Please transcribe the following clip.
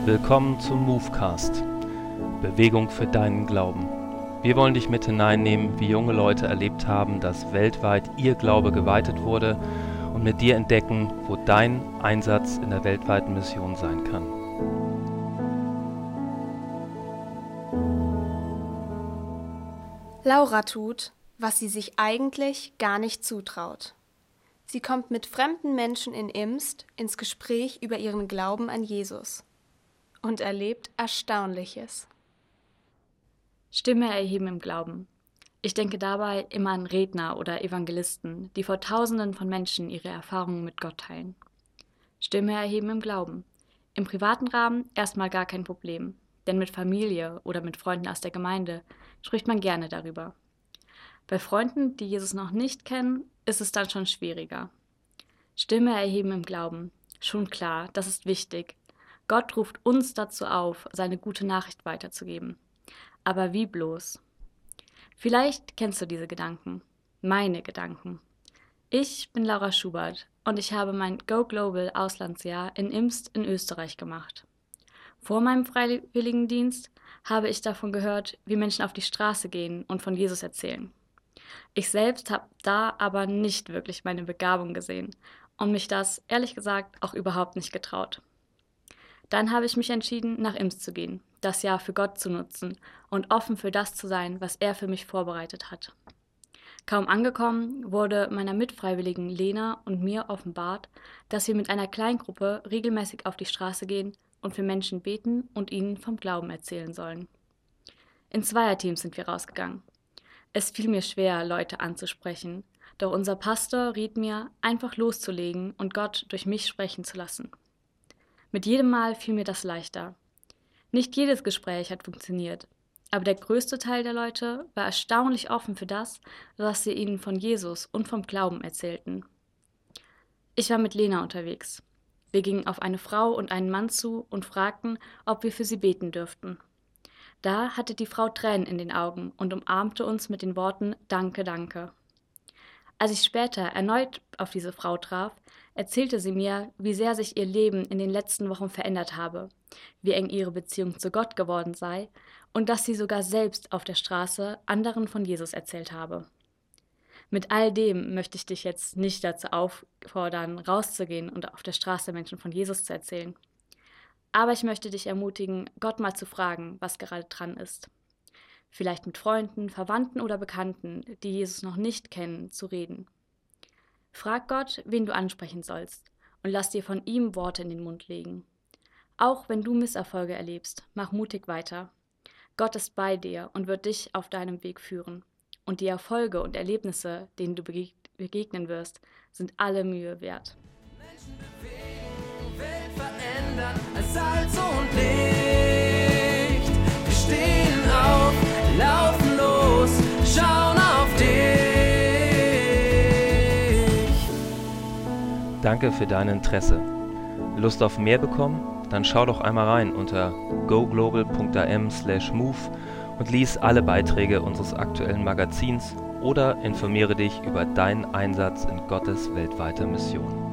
Willkommen zum Movecast, Bewegung für deinen Glauben. Wir wollen dich mit hineinnehmen, wie junge Leute erlebt haben, dass weltweit ihr Glaube geweitet wurde und mit dir entdecken, wo dein Einsatz in der weltweiten Mission sein kann. Laura tut, was sie sich eigentlich gar nicht zutraut. Sie kommt mit fremden Menschen in Imst ins Gespräch über ihren Glauben an Jesus und erlebt Erstaunliches. Stimme erheben im Glauben. Ich denke dabei immer an Redner oder Evangelisten, die vor Tausenden von Menschen ihre Erfahrungen mit Gott teilen. Stimme erheben im Glauben. Im privaten Rahmen erstmal gar kein Problem, denn mit Familie oder mit Freunden aus der Gemeinde spricht man gerne darüber. Bei Freunden, die Jesus noch nicht kennen, ist es dann schon schwieriger. Stimme erheben im Glauben. Schon klar, das ist wichtig. Gott ruft uns dazu auf, seine gute Nachricht weiterzugeben. Aber wie bloß? Vielleicht kennst du diese Gedanken. Meine Gedanken. Ich bin Laura Schubert und ich habe mein Go Global Auslandsjahr in Imst in Österreich gemacht. Vor meinem Freiwilligendienst habe ich davon gehört, wie Menschen auf die Straße gehen und von Jesus erzählen. Ich selbst habe da aber nicht wirklich meine Begabung gesehen und mich das, ehrlich gesagt, auch überhaupt nicht getraut. Dann habe ich mich entschieden, nach Imst zu gehen, das Jahr für Gott zu nutzen und offen für das zu sein, was er für mich vorbereitet hat. Kaum angekommen, wurde meiner Mitfreiwilligen Lena und mir offenbart, dass wir mit einer Kleingruppe regelmäßig auf die Straße gehen und für Menschen beten und ihnen vom Glauben erzählen sollen. In Zweierteams sind wir rausgegangen. Es fiel mir schwer, Leute anzusprechen, doch unser Pastor riet mir, einfach loszulegen und Gott durch mich sprechen zu lassen. Mit jedem Mal fiel mir das leichter. Nicht jedes Gespräch hat funktioniert, aber der größte Teil der Leute war erstaunlich offen für das, was wir ihnen von Jesus und vom Glauben erzählten. Ich war mit Lena unterwegs. Wir gingen auf eine Frau und einen Mann zu und fragten, ob wir für sie beten dürften. Da hatte die Frau Tränen in den Augen und umarmte uns mit den Worten »Danke, danke«. Als ich später erneut auf diese Frau traf, erzählte sie mir, wie sehr sich ihr Leben in den letzten Wochen verändert habe, wie eng ihre Beziehung zu Gott geworden sei und dass sie sogar selbst auf der Straße anderen von Jesus erzählt habe. Mit all dem möchte ich dich jetzt nicht dazu auffordern, rauszugehen und auf der Straße Menschen von Jesus zu erzählen. Aber ich möchte dich ermutigen, Gott mal zu fragen, was gerade dran ist. Vielleicht mit Freunden, Verwandten oder Bekannten, die Jesus noch nicht kennen, zu reden. Frag Gott, wen du ansprechen sollst und lass dir von ihm Worte in den Mund legen. Auch wenn du Misserfolge erlebst, mach mutig weiter. Gott ist bei dir und wird dich auf deinem Weg führen. Und die Erfolge und Erlebnisse, denen du begegnen wirst, sind alle Mühe wert. Menschen bewegen, Welt verändern, als Salz und Licht. Wir stehen auf, laufen los, schauen auf dich. Danke für dein Interesse. Lust auf mehr bekommen? Dann schau doch einmal rein unter goglobal.am/move und lies alle Beiträge unseres aktuellen Magazins oder informiere dich über deinen Einsatz in Gottes weltweiter Mission.